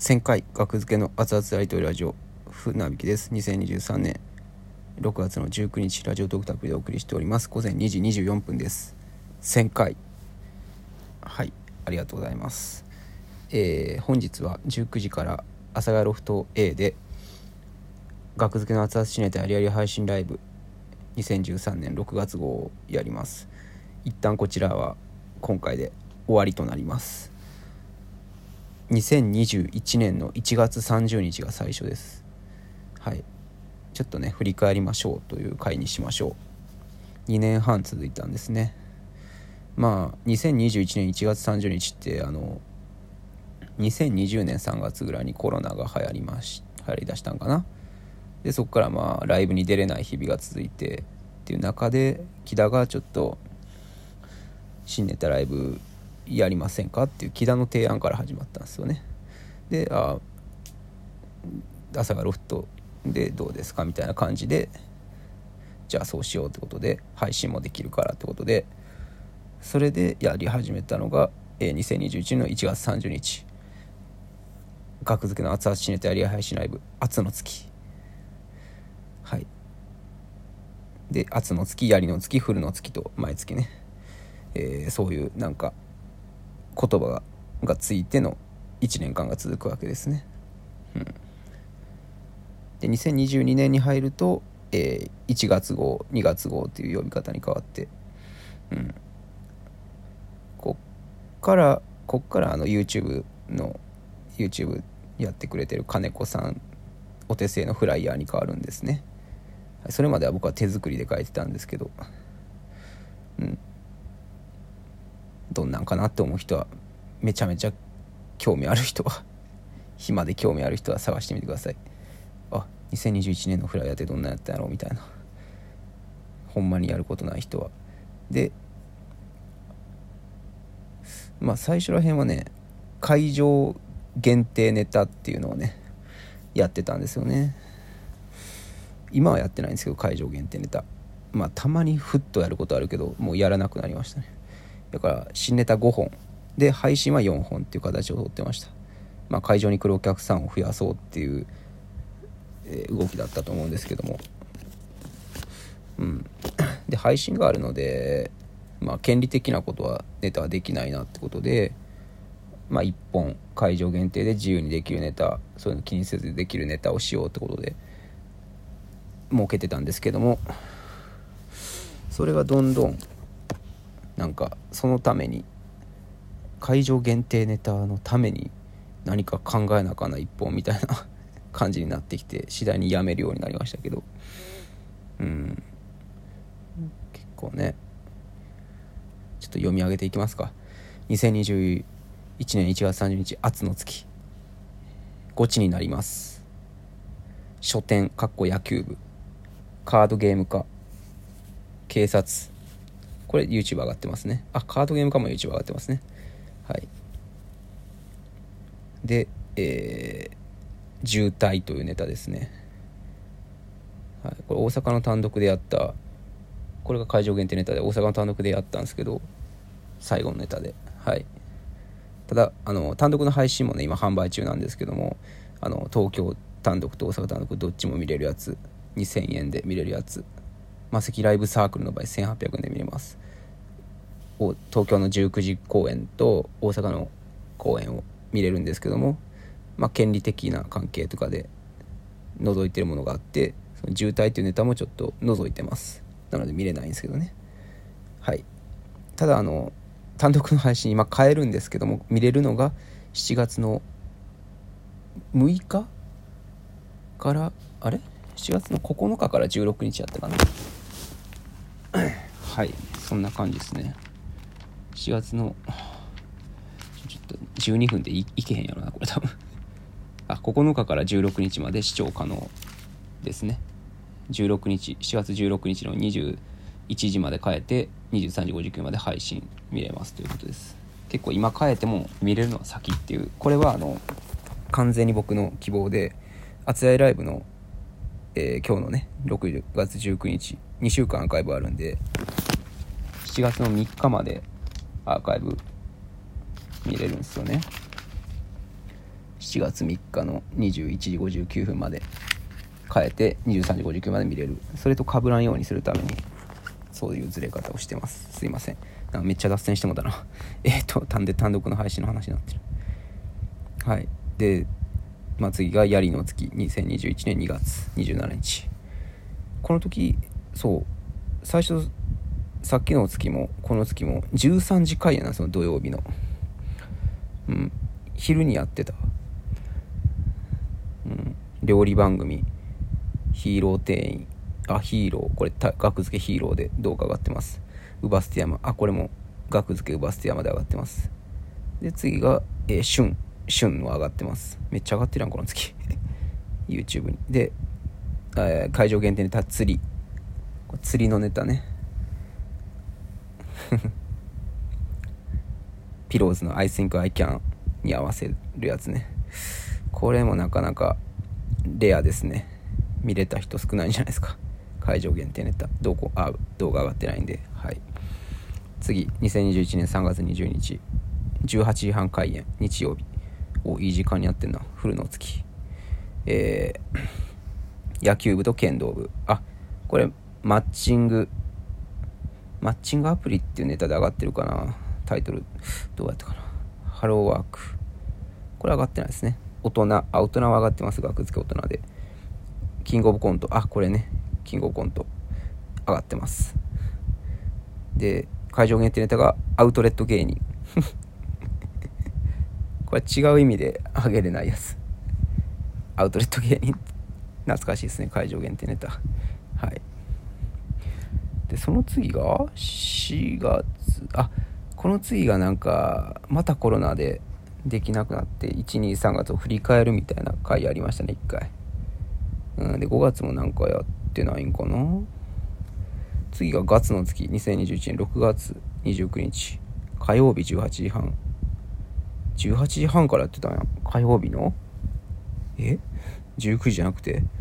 1000回学付けの熱々ライトラジオ船引きです。2023年6月の19日ラジオトークタップでお送りしております。午前2時24分です。1000回、はい、ありがとうございます。本日は19時から阿佐ヶ谷ロフト A で学付けの熱々シネタありあり配信ライブ2013年6月号をやります。一旦こちらは今回で終わりとなります。2021年の1月30日が最初です。はい、ちょっとね振り返りましょうという回にしましょう。2年半続いたんですね。まあ2021年1月30日って2020年3月ぐらいにコロナが流行りだしたんかな。でそこからまあライブに出れない日々が続いてっていう中で木田がちょっと新ネタライブやりませんかっていう木田の提案から始まったんですよね。で朝がロフトでどうですかみたいな感じで、じゃあそうしようってことで配信もできるからってことでそれでやり始めたのが2021年の1月30日学付けの熱々シネタやり配信ライブ熱の月、はい、で熱の月、槍の月、フルの月と毎月ね、そういうなんか言葉がついての1年間が続くわけですね。で2022年に入ると、1月号2月号という呼び方に変わって、こっからYouTube やってくれてる金子さんお手製のフライヤーに変わるんですね。それまでは僕は手作りで書いてたんですけど、どんなんかなって思う人はめちゃめちゃ興味ある人は暇で興味ある人は探してみてください。2021年のフライヤーってどんなんやったんやろうみたいな、ほんまにやることない人は。でまあ最初らへんはね会場限定ネタっていうのをねやってたんですよね。今はやってないんですけど、会場限定ネタまあたまにふっとやることあるけどもうやらなくなりましたね。だから新ネタ5本で配信は4本っていう形をとってました。まあ会場に来るお客さんを増やそうっていう動きだったと思うんですけども、で配信があるのでまあ権利的なことはネタはできないなってことで、まあ1本会場限定で自由にできるネタ、そういうの気にせずできるネタをしようってことで設けてたんですけども、それがどんどんなんかそのために会場限定ネタのために何か考えなあかんな一本みたいな感じになってきて次第にやめるようになりましたけど、結構ねちょっと読み上げていきますか。2021年1月30日熱の月ゴチになります。書店野球部カードゲーム化警察、これ YouTube 上がってますね。カードゲーム化も YouTube 上がってますね。はい。で渋滞というネタですね。はい、これ大阪の単独でやった、これが会場限定ネタで大阪の単独でやったんですけど最後のネタで、はい。ただ単独の配信もね今販売中なんですけども、東京単独と大阪単独どっちも見れるやつ2000円で見れるやつ、マセキライブサークルの場合1800円で見れます。東京の19時公演と大阪の公演を見れるんですけども、まあ権利的な関係とかで覗いてるものがあって、その渋滞っていうネタもちょっと覗いてます。なので見れないんですけどね。はい。ただ単独の配信今変えるんですけども、見れるのが7月の6日から7月の9日から16日やったかなはい、そんな感じですね。7月のちょっと12分でいけへんやろなこれ多分9日から16日まで視聴可能ですね。7月16日の21時まで変えて23時59まで配信見れますということです。結構今変えても見れるのは先っていう、これは完全に僕の希望で、熱愛ライブの、今日のね6月19日2週間アーカイブあるんで7月の3日までアーカイブ見れるんですよね。7 7月3日の21時59分まで変えて23時59分まで見れる。それと被らんようにするためにそういうずれ方をしてます。すいません、なんかめっちゃ脱線してもだな単独の配信の話になってる。はい。で、次が槍の月、2021年2月27日。この時、そう最初さっきの月もこの月も13時開演なんですよ、土曜日の。昼にやってた、料理番組ヒーロー店員、ヒーロー、これ額付けヒーローで動画上がってます。ウバステ山、これも額付けウバステ山で上がってます。で次が、旬の上がってます。めっちゃ上がってるやんこの月YouTube に。で、会場限定ネタ釣りのネタねピローズの I think I can に合わせるやつね。これもなかなかレアですね。見れた人少ないんじゃないですか。会場限定ネタ動画上がってないんで。はい。次2021年3月20日18時半開演、日曜日。いい時間にやってんな。フルの月。野球部と剣道部。これマッチングアプリっていうネタで上がってるかな。タイトルどうやったかな。ハローワーク、これ上がってないですね。大人は上がってます。額付け大人で。キングオブコント、これね、キングオブコント上がってます。で会場限定ネタがアウトレット芸人これ違う意味で上げれないやつ。アウトレット芸人懐かしいですね。会場限定ネタ。はい。でその次が4月、この次がなんかまたコロナでできなくなって123月を振り返るみたいな回ありましたね、1回。で5月もなんかやってないんかな。次が月の月、2021年6月29日火曜日18時半からやってたんや。火曜日の19時じゃなくて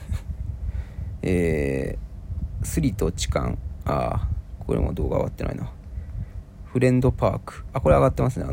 スリと痴漢、これも動画上がってないな。フレンドパーク、これ上がってますね。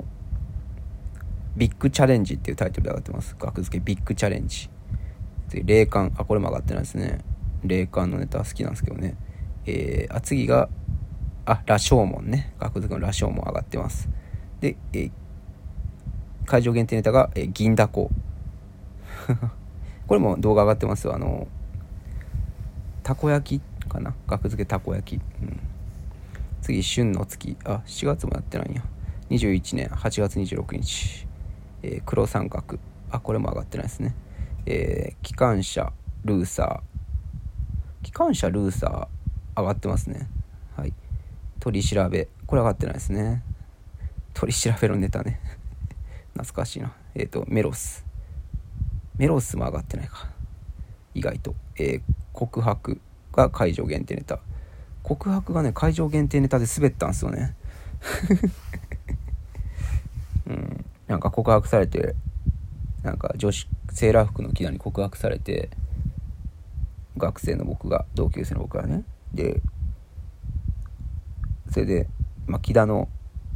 ビッグチャレンジっていうタイトルで上がってます。額付けビッグチャレンジ。霊感、これも上がってないですね。霊感のネタ好きなんですけどね。次が羅生門ね。額付けの羅生門上がってます。で、会場限定ネタが、銀だここれも動画上がってますよ。たこ焼きかな。額付けたこ焼き。次旬の月、7月もやってないんや。21年8月26日、黒三角、これも上がってないですね。機関車ルーサー上がってますね。はい。取り調べ、これ上がってないですね。取り調べのネタね懐かしいな。メロスも上がってないか意外と。告白が会場限定ネタ。告白がね、会場限定ネタで滑ったんですよねなんか告白されて、なんかセーラー服の木田に告白されて、同級生の僕がね、でそれで木田の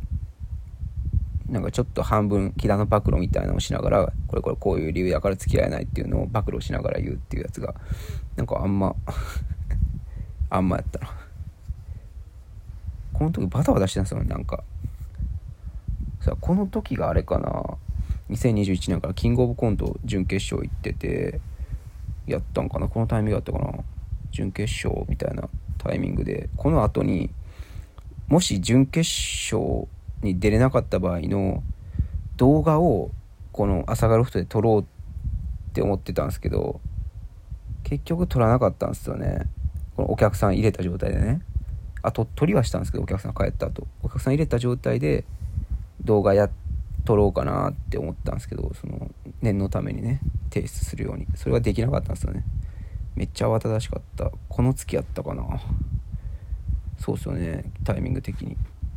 なんかちょっと半分木田の暴露みたいなのをしながら、こういう理由やから付き合えないっていうのを暴露しながら言うっていうやつがなんかあんまやったな。この時バタバタしてたんですよ。なんかこの時があれかな、2021年からキングオブコント準決勝行っててやったんかな。このタイミングだったかな。準決勝みたいなタイミングで、この後にもし準決勝に出れなかった場合の動画をこの朝霞ロフトで撮ろうって思ってたんですけど、結局撮らなかったんですよね。このお客さん入れた状態でね。撮りはしたんですけど、お客さん帰った後お客さん入れた状態で動画撮ろうかなって思ったんですけど、その念のためにね提出するように、それができなかったんですよね。めっちゃ慌ただしかった。この月やったかな。そうですよね、タイミング的に。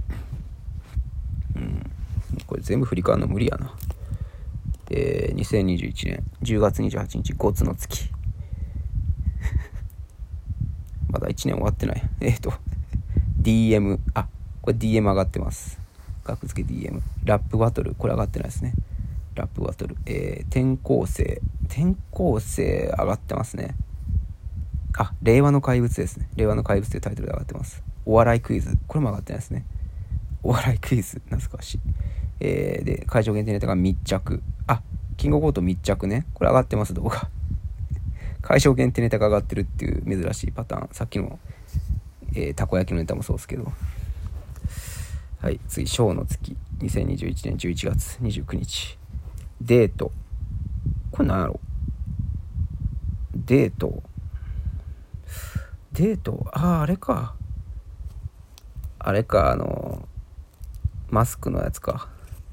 これ全部振り返るの無理やな。2021年10月28日5の月まだ1年終わってない。DM、これ DM 上がってます。額付け DM。ラップバトル、これ上がってないですね。 ラップバトル、転校生上がってますね。令和の怪物ですね。令和の怪物というタイトルで上がってます。お笑いクイズ、これも上がってないですね。お笑いクイズ懐かしい。で会場限定ネタが密着、キングオブコント密着ね、これ上がってます。動画会場限定ネタが上がってるっていう珍しいパターン。さっきの、たこ焼きのネタもそうですけど。はい、次、ショーの月、2021年11月29日。デート。これ何やろ？デート、あれか、マスクのやつか。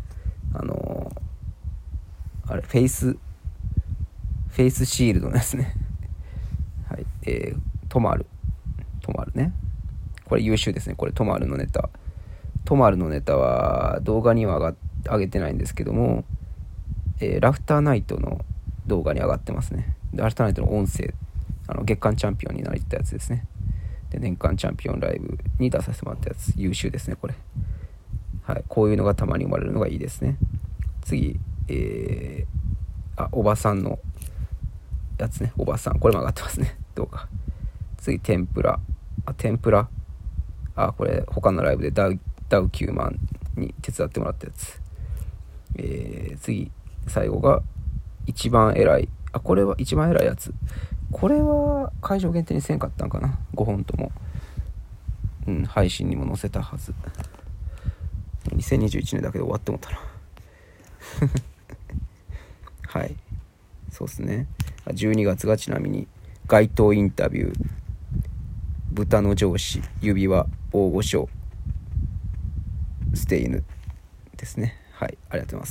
あれ、フェイスシールドのやつね。はい、トマルね。これ優秀ですね。これトマルのネタは動画には上げてないんですけども、ラフターナイトの動画に上がってますね。ラフターナイトの音声、月間チャンピオンになりたやつですね。で年間チャンピオンライブに出させてもらったやつ、優秀ですねこれ。はい、こういうのがたまに生まれるのがいいですね。次、おばさんのやつね。おばさん、これも上がってますね動画。次、天ぷら、これ他のライブでダウ9万に手伝ってもらったやつ。次、最後が一番偉い、これは一番偉いやつ。これは会場限定にせんかったんかな。5本とも、配信にも載せたはず。2021年だけで終わってもったなはい、そうですね。12月がちなみに街頭インタビュー、豚の上司、指輪、大御所、捨て犬ですね。はい、ありがとうございます。